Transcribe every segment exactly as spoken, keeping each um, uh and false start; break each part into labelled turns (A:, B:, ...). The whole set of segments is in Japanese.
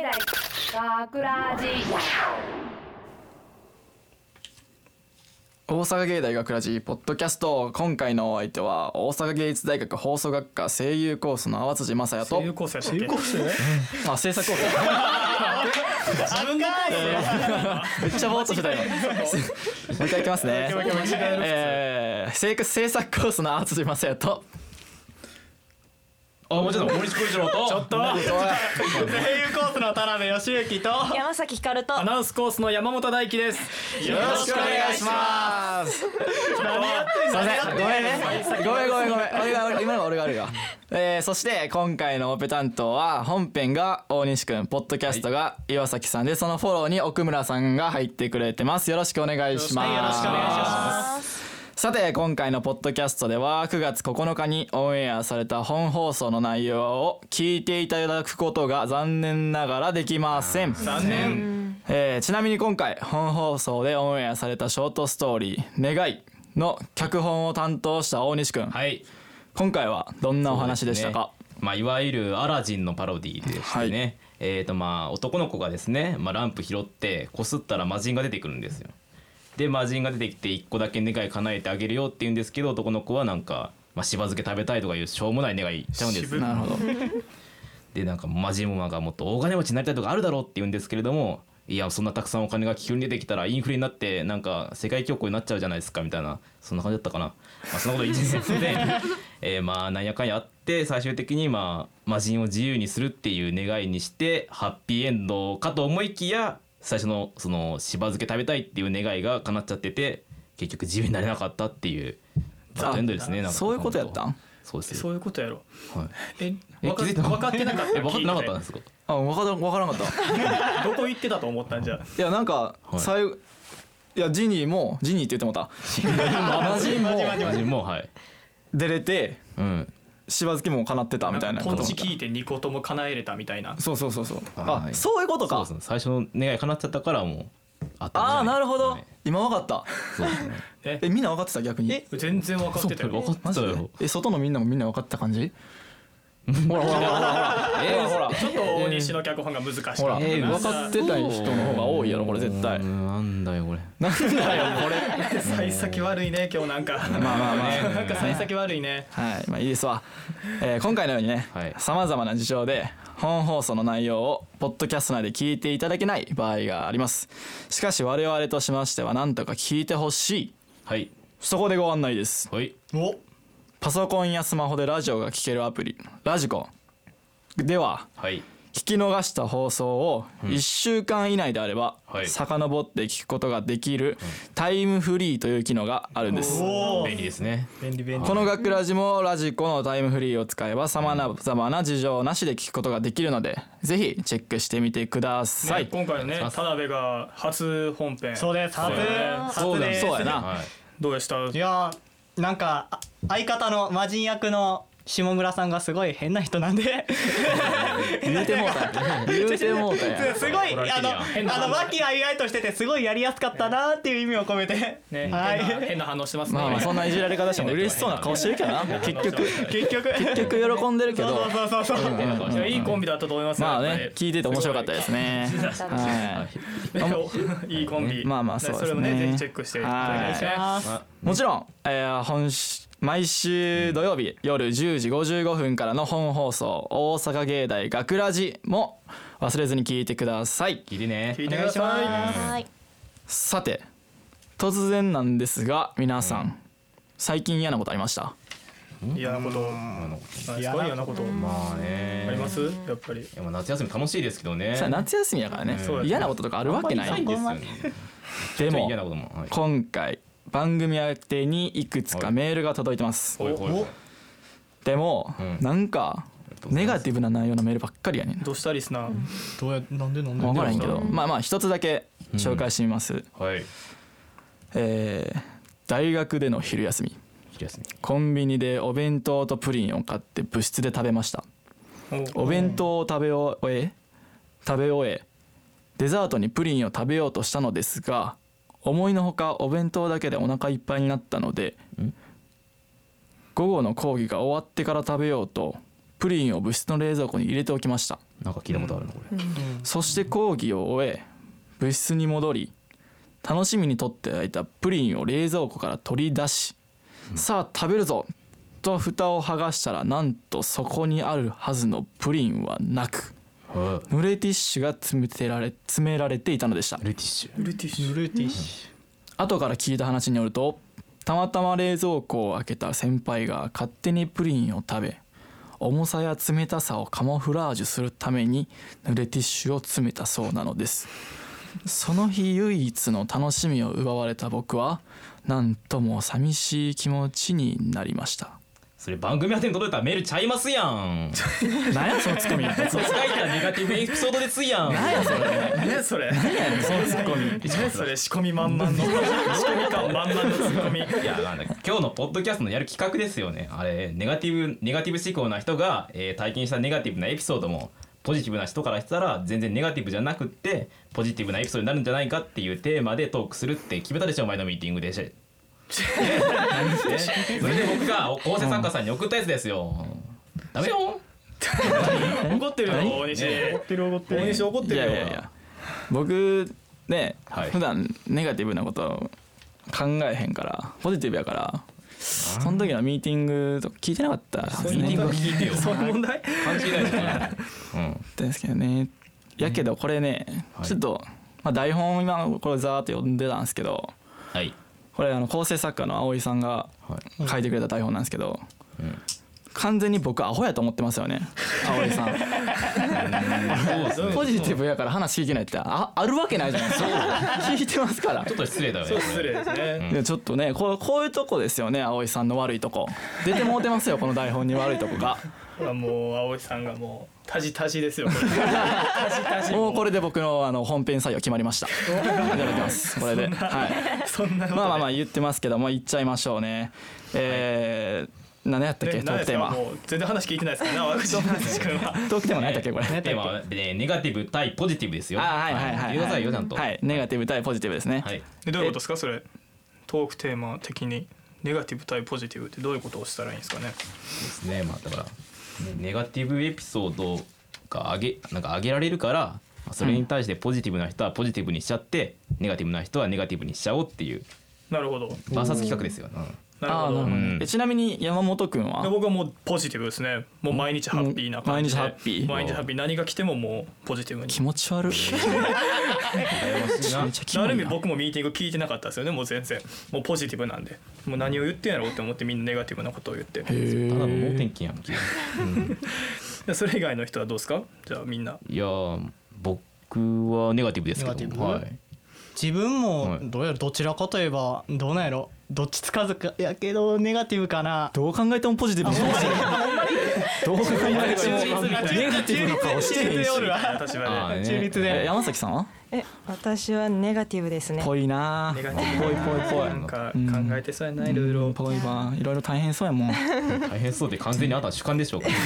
A: 大学ラジ
B: 大阪芸大学ラジポッドキャスト。今回のお相手は大阪芸術大学放送学科声優コースの淡辻正也と
C: 声優コースやったっけ？
D: 声優コースね。
B: あ制作コース
C: 自分が
B: めっちゃぼーっとしてたよもう一回いきますね、えー、制制作コースの淡辻正也と
D: あ、もうちょっと森地浩一郎と
C: ちょっと声優コースの田辺義之と
E: 山崎ひかると
C: アナウンスコースの山本大輝です。
B: よろしくお願いします。すいません、ごめんね。ごめんごめんごめん。俺が俺今のは俺があるが。えー、そして今回のオペ担当は本編が大西くん、ポッドキャストが岩崎さんで、そのフォローに奥村さんが入ってくれてます。よろしくお願いします。
C: よろしくお願いします。
B: さて今回のポッドキャストではくがつここのかにオンエアされた本放送の内容を聞いていただくことが残念ながらできません。
C: 残念。
B: えー、ちなみに今回本放送でオンエアされたショートストーリー願いの脚本を担当した大西くん、
D: はい、
B: 今回はどんなお話でしたか？
D: まあ、いわゆるアラジンのパロディーでしてね、はい、えーとまあ男の子がですね、まあ、ランプ拾ってこすったら魔人が出てくるんですよ。で魔人が出てきていっこだけ願い叶えてあげるよって言うんですけど、男の子はなんか、まあ、しば漬け食べたいとかいうしょうもない願いしちゃうんです。
B: なるほど。
D: でなんか魔人もなんかもっと大金持ちになりたいとかあるだろうって言うんですけれども、いやそんなたくさんお金が急に出てきたらインフレになってなんか世界恐慌になっちゃうじゃないですかみたいな、そんな感じだったかな、まあ、そんなこと言ってるんで、えー、まあなんやかんやあって最終的にまあ魔人を自由にするっていう願いにしてハッピーエンドかと思いきや、最初のそのしば漬け食べたいっていう願いが叶っちゃってて結局自由になれなかったっていうバッドエンドですね。なんか
B: そういうことやったん？
D: そうですよ。
C: そういうことやろ。
D: はい、
C: え
D: え
C: 分か
D: 気づいた
C: 分かってなかった
D: え分かってなかったんですか？
B: あ、分から分からなかった
C: どこ行ってたと思ったんじゃ。
B: いやなんか、
D: はい、
B: 最後いやジニーもジニーって言ってもた魔人も
D: 魔人もはい
B: 出れて、
D: うん、
B: しば漬けも叶ってたみたいな
C: ポンチ聞いてにことも叶えれたみたいな。
B: そうそうそうそう。あ、
D: はい、
B: そういうことか。
D: そうですね、最初の願い叶っちゃったからもうあったんじゃない。
B: ああなるほど、
D: はい、
B: 今分かった。
D: そうですね。
C: え
B: えみんな分かってた？逆に
C: え全然分かってたよ。
D: 分かってたよ。
B: え外のみんなもみんな分かった感じ？ほらほらほらほらほらほら
C: ちょっと大西の脚本が難しかった。
B: ほら、
D: えー
B: 分かってた人の方が多いやろこれ絶対。
D: なんだよこれ。
B: なんだよこれ。
C: 幸先悪いね今日なんか。
B: まあまあまあ
C: なんか幸先悪いね。
B: はい、まあいいですわ。えー、今回のようにね、さまざまな事情で本放送の内容をポッドキャスト内で聞いていただけない場合があります。しかし我々としましては何とか聞いてほしい。
D: はい。
B: そこでご案内です。
D: はい。
C: お。
B: パソコンやスマホでラジオが聴けるアプリラジコでは、はい、聞き逃した放送をいっしゅうかん以内であれば、うん、遡って聞くことができるタイムフリーという機能があるんです。
D: 便利ですね。
C: 便利便利。
B: この学ラジもラジコのタイムフリーを使えばさまざまな事情なしで聞くことができるので、ぜひチェックしてみてください。
C: ね、今回ね田辺が初本編。
F: そうです。初
B: そうだそうやな、
D: はい、
C: どうでした？
F: いやなんか相方の魔人役の下村さんがすごい変な人なんで
B: 言うてもうた言うてもうたや
F: すごいあのあの和気あいあいとしててすごいやりやすかったなっていう意味を込めて、
C: ね、
F: はい、
C: 変な、変な反応してますね。
B: まあまあそんないじられ方しても嬉しそうな顔してるけどな結局
F: 結局
B: 結局喜んでるけど
F: そうそうそうそう、
C: うん、いいコンビだったと思いますよ。
B: まあね聞いてて面白かったですね。
C: はい、いいコンビ。
B: まあまあそうですね。
C: それもねぜひチェックしていただきたいですね。
B: もちろん、えー、本毎週土曜日夜じゅうじごじゅうごふんからの本放送大阪芸大学ラジも忘れずに聞いてください。
D: 聞いてね。
C: 聞いてください。
B: さて突然なんですが皆さん、うん、最近嫌なことありました？
C: 嫌なこと、すごい嫌なこと、
D: まあね
C: あります？やっぱり。い
D: やまあ夏休み楽しいですけどね。
B: さあ夏休みやからね、うん、嫌なこととかあるわけない。
D: ないんですよね。
B: でも
D: 嫌なことも、はい、
B: 今回番組宛てにいくつかメールが届いてます。
D: おいおいおい。
B: でも、うん、なんかネガティブな内容のメールばっかりやねん。
C: どうしたリスナー、うん、
F: どうやなんでなんで
B: 分からへんけど、まあまあ一つだけ紹介してみます、うん、
D: はい。
B: えー、大学での昼休み
D: 昼休み
B: コンビニでお弁当とプリンを買って部室で食べました。お弁当を食べ終え食べ終えデザートにプリンを食べようとしたのですが、思いのほかお弁当だけでお腹いっぱいになったので、午後の講義が終わってから食べようとプリンを部室の冷蔵庫に入れておきました。
D: なんか聞いたことあるなこれ、
B: そして講義を終え部室に戻り楽しみに取っておいたプリンを冷蔵庫から取り出し、さあ食べるぞと蓋を剥がしたら、なんとそこにあるはずのプリンはなく、濡れティッシュが詰めてられ詰められていたのでした。
D: 濡れティッシュ
F: 濡れティッシュ濡れティッシ
B: 後から聞いた話によると、たまたま冷蔵庫を開けた先輩が勝手にプリンを食べ、重さや冷たさをカモフラージュするために濡れティッシュを詰めたそうなのです。その日唯一の楽しみを奪われた僕は、なんとも寂しい気持ちになりました。
D: それ番組宛てに届いたらメールちゃいますやん。
B: 何やそのツッコミ。
D: そう書いたネガティブエピソードですやん。
B: 何やそれ。
C: 何やそれ
B: 何やねんそのツッコミ。
C: 何それ仕込み満々の仕込み感満々のツッコミ。
D: いやなんだ今日のポッドキャストのやる企画ですよね。あれネガティブネガティブ思考な人が、えー、体験したネガティブなエピソードもポジティブな人からしたら全然ネガティブじゃなくってポジティブなエピソードになるんじゃないかっていうテーマでトークするって決めたでしょ、前のミーティングで。それで僕が構成作家さんに送ったやつですよ。ダメよ。
C: 怒ってるよ大西。怒ってる怒ってる。大西怒って
B: い
C: るよ。
B: やいやいや僕ね、
D: はい
B: 普段ネガティブなこと考えへんからポジティブやから、その時のミーティングとか聞いてなかったはずね。
D: ミーティング聞いてよ。
C: そういう問題？
D: 関係ないじゃん。うん
B: ですけどね。やけどこれね、
D: はい
B: ちょっと、まあ、台本今これざーっと読んでたんですけど、
D: はい
B: これあの構成作家の葵さんが
D: はい
B: 書いてくれた台本なんですけど、
D: うん
B: 完全に僕アホやと思ってますよね、葵さん。
D: そうですね。
B: ポジティブやから話聞いてないって あ, あるわけないじゃないですか。聞いてますから
D: ちょっと失礼だよね。
C: そう失礼ですね。
B: でちょっとねこう、こういうとこですよね、葵さんの悪いとこ出てもうてますよこの台本に悪いとこが。
C: もう葵さんがもうタジタジですよ。これタジタジ。
B: もうこれで僕のあの本編採用決まりました。いただきますこれで。はい。
C: そんなことで
B: まあまあまあ言ってますけども言っちゃいましょうね。えー何やったっけ、
C: ね
B: トークテーマ。
C: もう全然話聞いてないですからね、私話君は。
B: トークテーマ何やったっけこれ。
D: テーマはねネガティブ対ポジティブですよ。
B: あはいはいはい、はい、
D: 言ってくださいよちゃんと。
B: はい、ネガティブ対ポジティブですね。
D: はい。
C: でどういうことですかそれ。トークテーマ的にネガティブ対ポジティブってどういうことをしたらいいんですかね。
D: ですね。まあだから、ね、ネガティブエピソードが上げなんか上げられるからそれに対してポジティブな人はポジティブにしちゃって、うん、ネガティブな人はネガティブにしちゃおうっていう。
C: なるほど。
D: バーサス企画ですよ。うん
C: なるほど。
B: あなるほど、
D: うん
B: えちなみに山本くんは。
C: 僕はもうポジティブですね。もう毎日ハッピーな感じで。
B: 毎日ハッピー
C: 毎日ハッピー。何が来てももうポジティブに。
B: 気持ち悪い。めちゃめちゃキモいな
C: ある意味僕もミーティング聞いてなかったですよね。もう全然もうポジティブなんで、もう何を言ってんやろうって思ってみんなネガティブなことを言って。
B: へー
D: ただの脳天気やん。うん
C: でそれ以外の人はどうですか。じゃあみんな。
D: いやー僕はネガティブですけど。
F: ネガティブ
D: はい。
F: 自分も
D: はい
F: どうやらどちらかといえばどうなんやろ、どっちつかずかやけどネガティブかな。
B: どう考えてもポジティブにしてる。どう考えてもネガティブの顔してへんし。
C: 立場で。
D: あーね
F: 中立
B: え
F: で
B: 山崎さんは
E: え、私はネガティブですね。
B: ぽいな。
C: ネガティブ
B: ぽいぽいぽい。
C: なんか
B: うん
C: 考えてそうやないろいろ。
B: ぽいわ。いろいろ大変そうやもん。
D: 大変そうで完全にあなたは主観でしょうか。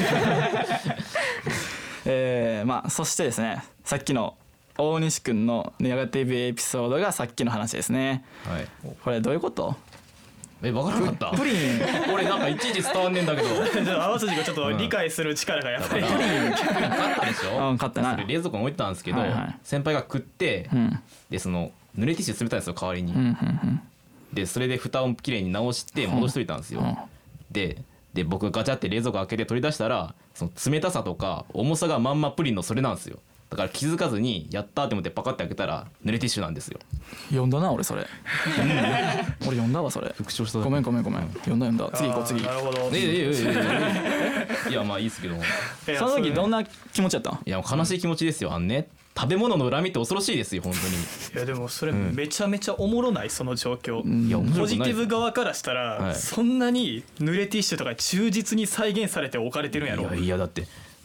B: えー、まあそしてですね、さっきの大西くんのネガティブエピソードがさっきの話ですね。
D: はい。
B: これどういうこと？
D: え分からなかった。
B: プリン。
D: 俺なんかいちいち伝わんねえんだけど。
C: ちょっと淡筋がちょっと理解する力がやっぱり。
D: 勝ったでしょ。
B: うん勝ったな
D: それ冷蔵庫に置いてたんですけど、
B: はいはい
D: 先輩が食って、
B: うん
D: でその濡れティッシュ冷たいんですよ代わりに。
B: うんうん
D: でそれで蓋をきれいに直して戻しといたんですよ。
B: うん
D: でで僕がガチャって冷蔵庫開けて取り出したらその冷たさとか重さがまんまプリンのそれなんですよ。だから気づかずにやったって思ってパカって開けたら濡れティッシュなんですよ。
B: 読んだな俺それ。俺読んだわそれ。
D: 復唱した
B: ごめんごめんごめん。読んだ読んだ。次行こう次。
C: なるほど。
D: ええええええいやまあいいですけど。い
C: いや
B: その時どん
C: な。
B: な気持ちやったん？
D: や悲しい気持ちですよ。あのね食べ物の恨みって恐ろしいですよ本当に。
C: いやでもそれめちゃめちゃおもろないその状況。
D: いや面白くない
C: ポジティブ側からしたら
D: はい
C: そんなに濡れティッシュとか忠実に再現されて置かれてるんやろ。
D: いやいやだって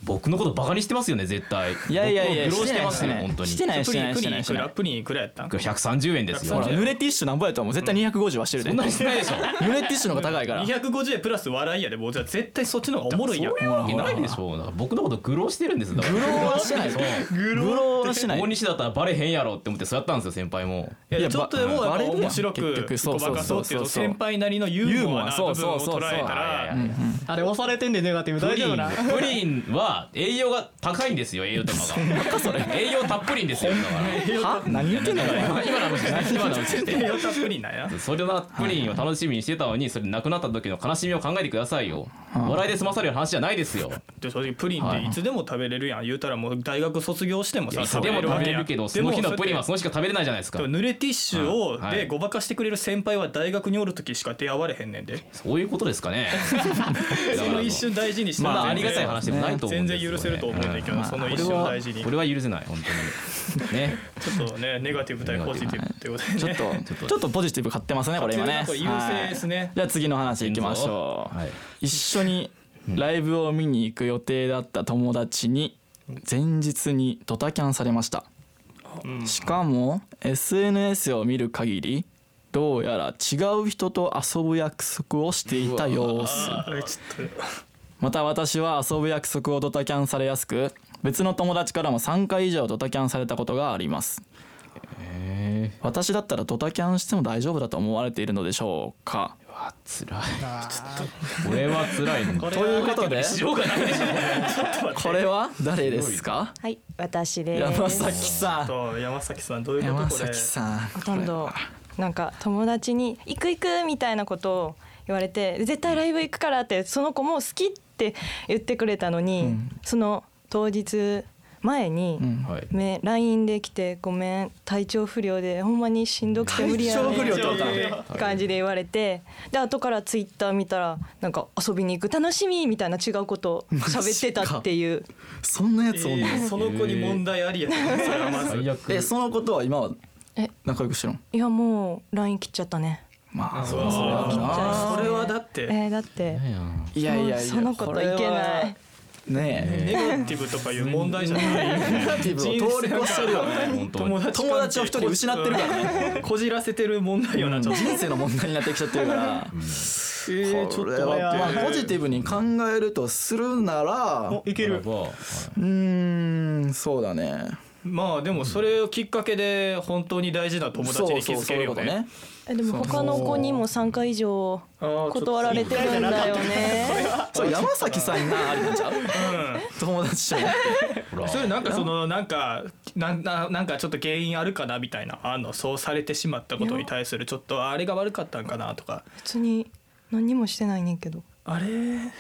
D: 僕のことバカにしてますよね絶対。
B: いやいやいや
D: 僕をグロしてますね本当に。
B: してないしてない
C: プリン
B: してないしてない。
C: プリンいくらやったん？
D: ひゃくさんじゅうえんですよ。
B: ほら濡れティッシュなんぼやと思う絶対にひゃくごじゅうはしてるで。
D: そんなにしてないでしょ。
B: 濡れティッシュの方が高いから
C: にひゃくごじゅうえんプラス笑いやで、もうじゃあ絶対そっちの方がおもろいやん。
D: そういうわけないでしょ。だから僕のことグロしてるんですよ。だから
B: グローはしてない。グローはしてない。
D: 大西だったらバレへんやろって思ってそうやったんですよ先輩も。
C: いや
B: いや
C: ちょっとでもやっぱ面白く
B: 結局そうそう
C: ごまかそうっていう
B: そうそう
C: 先輩なりのユーモアな部分を捉えたら、
F: あれ押されてんでネガティブ大
D: プリン
F: 丈夫な。
D: プリンは栄養が高いんですよ栄養とかが。栄養たっぷりんですよだから。
B: は何言ってんのこれ。
D: 今のうち今のうちって。
C: 栄養たっぷりなんや。
D: それなプリンを楽しみにしてたのにそれなくなった時の悲しみを考えてくださいよ。笑いで済まされる話じゃないですよ。
C: で正直プリンっていつでも食べれるやん。言うたらもう大学卒業してもさ食べ
D: でも食べ
C: れるわけやん。
D: れるけどその日のプリンはその日しか食べれないじゃないですか。
C: でも濡れティッシュを
D: はい
C: でごまかしてくれる先輩は大学におる時しか出会われへんねんで。
D: そういうことですかね。
C: その一瞬大事にして
D: まああ
C: 全然
D: りがたい話でもないと思うんですよね。
C: 全然許せると思うんだけど、
B: うん
C: その一瞬大事に
D: これは許せない本当にね。
C: ちょっとねネガティブ対ポジティブってことでね。
B: ちょっとちょっとポジティブ買ってますねこれ今ね。
C: これ優勢ですね
B: はいじゃあ次の話いきましょう。
D: はい
B: 一緒にライブを見に行く予定だった友達に前日にドタキャンされました。しかも エスエヌエス を見る限りどうやら違う人と遊ぶ約束をしていた様子。
C: あれちょっと
B: また私は遊ぶ約束をドタキャンされやすく別の友達からもさんかい以上ドタキャンされたことがあります。
D: え
B: 私だったらドタキャンしても大丈夫だと思われているのでしょうか。
D: ー、わ辛い。これは辛いね。
C: これ
B: ということで
C: しようがないでしょ。
B: これは誰ですか。
E: はい、私です。
B: 山崎さん。
C: と山崎さんどういうこと
B: 山
C: これ。
B: 崎さん。
E: ほとんどなんか友達に行く行くみたいなことを言われて絶対ライブ行くからってその子も好きって言ってくれたのに、うん、その当日前に、うん、め ライン で来てごめん体調不良でほんまにしんどくて無理やねんって感じで言われてで後からツイッター見たらなんか遊びに行く楽しみみたいな違うことを喋ってたっていう
B: そんなやつおんの、
C: えー、その子に問題ありやねそれはまず
B: えそのことは今は仲良くしてるの。
E: いやもう ライン 切っちゃったね。
B: まあ
C: そうそうそれはだって
E: えー、だって
B: いやいやいや
E: その子といけない
B: ねえ
C: ネガティブとかいう問題じゃない
B: ネガティブを通り越してるよね。
C: 友達
B: 友達を一人失ってるからね
C: こじらせてる問題よなちょっと
B: 人生の問題になってきちゃってるから、うん、え
C: ー、ちょっと待って、
B: まあ、ポジティブに考えるとするなら
C: いける。
B: うーんそうだね。
C: まあでもそれをきっかけで本当に大事な友達に気づけるよね。
E: えでも他の子にもさんかい以上断られてるんだよね。
B: そう山崎さんがありなんちゃう、うん、友達じゃなくて
C: それなんかそのなんかなんななんかちょっと原因あるかなみたいなあのそうされてしまったことに対するちょっとあれが悪かったんかなとか。
E: 別に何にもしてないねんけど。
C: あれ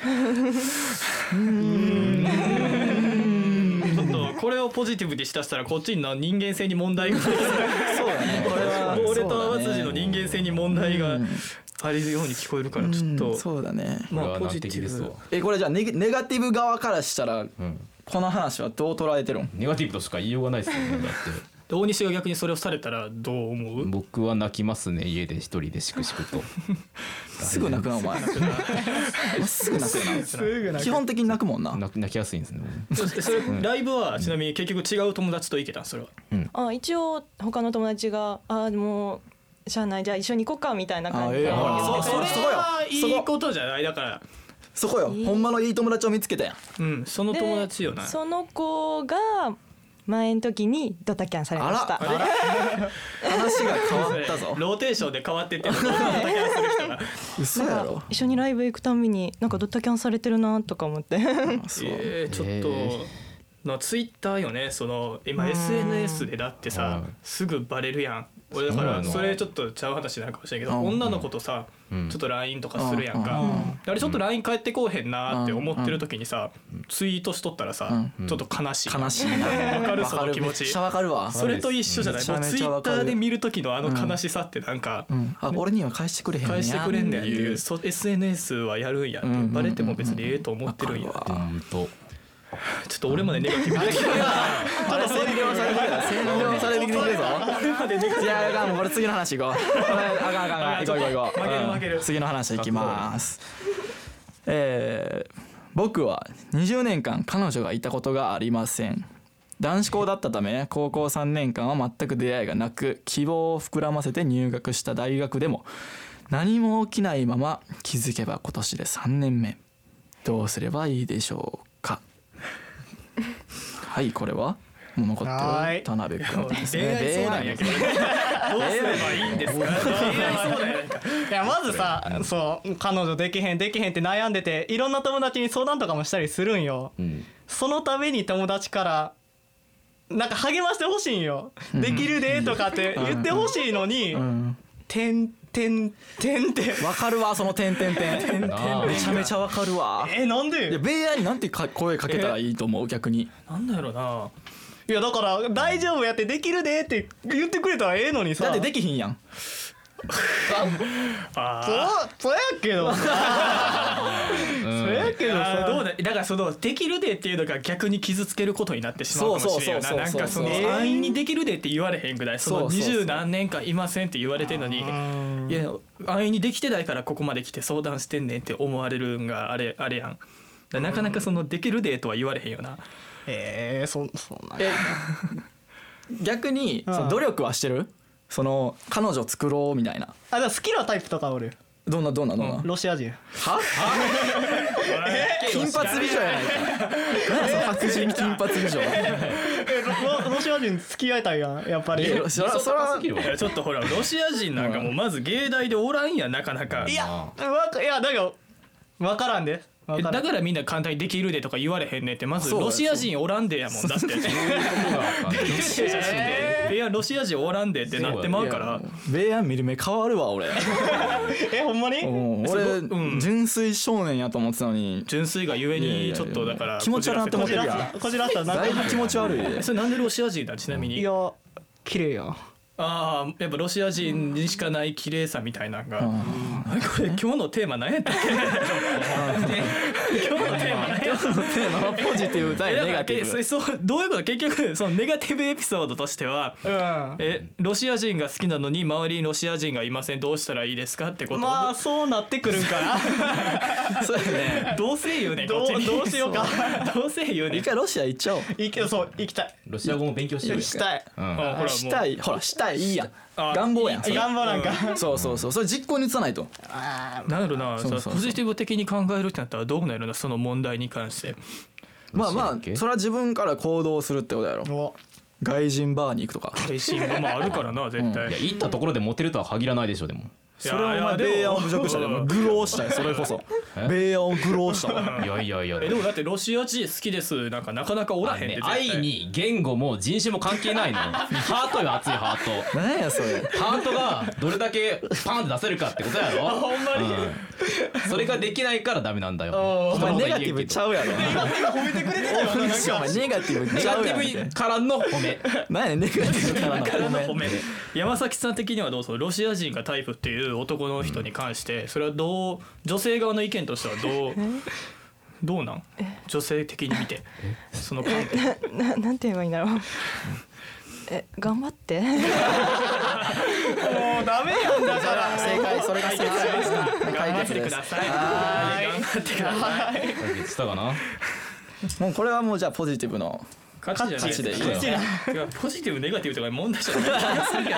C: うんちょっとこれをポジティブにしだしたらこっちの人間性に問題がそうだねこれは俺と淡辻の人間性に問題があるように聞こえるからちょっと、
B: うん、そうだね。
C: まあポジティブ
B: えこれじゃあネネガティブ側からしたら、うん、この話はどう捉えてるん。
D: ネガティブとしか言いようがないですよねだって
C: 大西が逆にそれをされたらどう思う。
D: 僕は泣きますね家で一人でしくしくと
B: すぐ泣くなお前すぐ泣くな基本的に泣くもんな。
D: 泣きやすいんですね。
C: そしてそれ、うん、ライブはちなみに結局違う友達と行けたんそれは、
E: うん、あ一応他の友達があもうしゃあないじゃあ一緒に行こうかみたいな感じで、
C: えー、そ, それはいいことじゃないだから
B: そこよほんまのいい友達を見つけたやん。
C: うんその友達よな。
E: その子が前の時にドタキャンされました。
B: あらあら話が変わったぞ
C: ローテーションで変わってってドタキャンする人が
B: 嘘やろ。
E: 一緒にライブ行くたびになんかドタキャンされてるなとか思って
C: えー、ちょっと、えー、のツイッターよねその今 エスエヌエス でだってさすぐバレるやん。俺だからそれちょっとちゃう話になるかもしれないけど女の子とさちょっと ライン とかするやんかあれちょっと ライン 返ってこうへんなって思ってる時にさツイートしとったらさちょっと悲しい
B: 悲しいな
C: 分かるその気持ち。
B: めっちゃ分かるわ。
C: それと一緒じゃない。もうツイッターで見る時のあの悲しさってなんか
B: あ俺には返してくれへんねや
C: 返してくれんねんっていう エスエヌエス はやるんやってバレても別にええと思ってるんやって。ちょっと俺までネガティブできるな。
B: あれ洗練されてる洗練されてきてるぞ。いやあかんもうこれ次の話行こう。あかんあかんあかん行こう行こう行こう。
C: 負ける負ける。
B: 次の話行きます。えー僕はにじゅうねんかん彼女がいたことがありません。男子校だったため高校さんねんかんは全く出会いがなく、希望を膨らませて入学した大学でも何も起きないまま、気づけば今年でさんねんめ。どうすればいいでしょうか。はい、これはもう残ってる田辺君ですね。
C: 恋愛相談やけどどうすればいいんですか。恋愛相談やなんか
F: いやまずさ、そう彼女できへんできへんって悩んでて、いろんな友達に相談とかもしたりするんよ、うん、そのために友達からなんか励ましてほしいんよ、うん、できるでとかって言ってほしいのに、うん、てんてんてんって
B: わかるわ、そのてんてんてんてんてんめちゃめちゃわかるわ。
F: えなんで。
B: いやベイヤーになんてか声かけたらいいと思う。逆に
C: なんだろうな。
F: いやだから大丈夫やってできるでって言ってくれたらええのにさ。
B: だってできひんやん。
F: あそうそうやけどそうやけどさ、
C: どうだ。だからそのできるでっていうのが逆に傷つけることになってしまうかもしれんよな。なんかその安易にできるでって言われへんぐらい、その二十何年間いませんって言われてんのに、いや安易にできてないからここまで来て相談してんねんって思われるんがあれあれやん。なかなかそのできるでとは言われへんよな。
F: えー、そそんな
B: え逆にその努力はしてる。その彼女作ろうみたいな。
F: あ、じゃあ好きなタイプとかおる。
B: どんなどんなどんな、うん、
F: ロシア人。
B: は金髪美女やないか。何その白人金髪美女
F: ロ, ロシア人付き合いたいやんやっぱり。
C: そらそらちょっとほらロシア人なんかもうまず芸大でおらんやんなかなか。
F: いやわいやだけど分からんで。
C: だからみんな簡単にできるでとか言われへんねんって。まずロシア人おらんでやもんだって。できるでじゃなくてベイヤンロシア人おらんでってなってまうから。
B: ベイヤン見る目変わるわ俺。
F: えほんまに。
B: 俺、うん、純粋少年やと思ってたのに。
C: 純粋がゆえにちょっとだから
B: 気持ち悪いなって思ってるやん。
F: こじらせたら
B: だいぶ気持ち悪い。
C: それなんでロシア人だちなみに。
F: いや綺麗やん。
C: ああやっぱロシア人にしかない綺麗さみたいなのが、うん、これ今日のテーマ何やったっけ。今日のテーマ何やったっけ。今日のテーマはポジティブ対ネガティブ。そうどういうこと。結局そのネガティブエピソードとしては、うん、えロシア人が好きなのに周りにロシア人がいません、どうしたらいいですかってこと。
F: まあそうなってくるんかな。
C: そうやね。どうせ言うねん。
F: どうどうしようか。
C: どうせ言うねん。
B: 一回ロシア行っちゃおう。
F: いいけどそう行きたい。
D: ロシア語も勉強してる。
F: したい。
B: うん、ほらしたいほらしたいいいやん。願望やん。
F: 願望なんか、
B: うん、そうそうそうそれ実行に移さないと。
C: あなるな。そうそうそう、ポジティブ的に考えるってなったらどうなるのその問題に関して。
B: まあまあそれは自分から行動するってことやろ。外人バーに行くとか。
C: 外人バーもあるからな絶対、うん、
D: いや行ったところでモテるとは限らないでしょ。でも
B: それはお前ベイヤンを侮辱したよ。愚弄したよそれこそ。ベイヤンを愚弄したわ。
D: いやいやいや。
C: えでもだってロシア人好きですなんかなかなかおらへんで、ね、
D: 愛に言語も人種も関係ないの。ハートよ熱いハート。
B: 何やそれ。
D: ハートがどれだけパンって出せるかってことやろ。
C: ほんまに、うん、
D: それができないからダメなんだよ。
B: お前ネガティブちゃうやろ。
F: ネガティブ褒めてくれてたよ。
B: お前ネガティブちゃうやん。
D: ネガティブからの褒め。
B: 何やネガティブからの褒め。
C: 山崎さん的にはどうぞ。ロシア人がタイプっていう男の人に関してそれはどう、女性側の意見としてはどうどうなん。女性的に見てその観点。
E: な, なんて言えばいいんだろう。え頑張って。もう
F: ダメやんだから。
B: 正解それが正解です。
C: 頑張ってください。はい頑張ってください。
D: したかな。
B: もうこれはもうじゃあポジティブの
C: 勝ちじゃないですか。ポジティブネガティブとか問題じゃない気がするけど。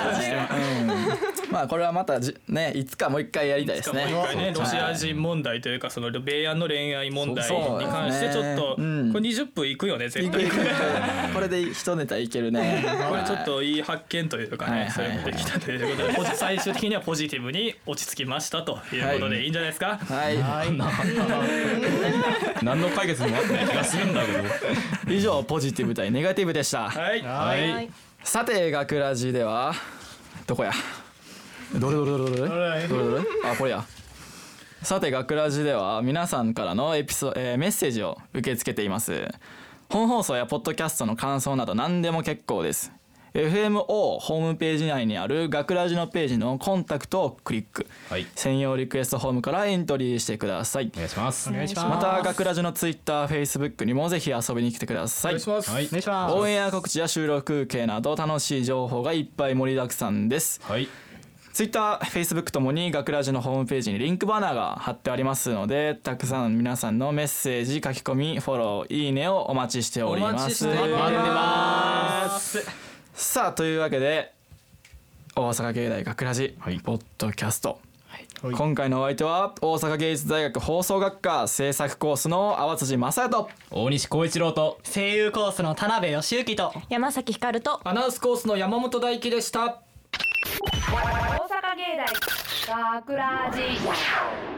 B: まあこれはまたねいつかもう一回やりたいですね。
C: もう一回ねロシア人問題というかそのベイヤンの恋愛問題に関してちょっとこれにじゅっぷんいくよね絶対。
B: これで一ネタいけるね。
C: これちょっといい発見というかねそれもできたということで最終的にはポジティブに落ち着きましたということでいいんじゃないですか。
B: はい。
D: 何の解決にもあってない気がするんだけど。
B: 以上ポジティブ対ネガティブでした。
C: はい、
D: はい、
B: さて学ラジではどこやどれどれどれどれどれどれどれあこれや。さて学ラジでは皆さんからのエピソ、えー、メッセージを受け付けています。本放送やポッドキャストの感想など何でも結構です。エフエムオー ホームページ内にある学ラジのページのコンタクトをクリック、はい、専用リクエストフォームからエントリーしてください。
D: お願いします。
B: また学ラジのツイッター、フェイスブックにもぜひ遊びに来てください。
C: お願いします。
F: はい、お願いします。
B: オンエア告知や収録風景など楽しい情報がいっぱい盛りだくさんです。
D: はい。
B: Twitter、Facebook ともに学ラジのホームページにリンクバナーが貼ってありますので、たくさん皆さんのメッセージ、書き込み、フォロー、いいねをお待ちしております。
C: お待ちしてます。
B: さあというわけで大阪芸大学ラジ、
D: はい
B: ポッドキャスト、今回のお相手は大阪芸術大学放送学科制作コースの淡辻正也と
D: 大西光一郎と
F: 声優コースの田辺義之と
E: 山崎ひかると
C: アナウンスコースの山本大輝でした。
A: 大阪芸大学ラジ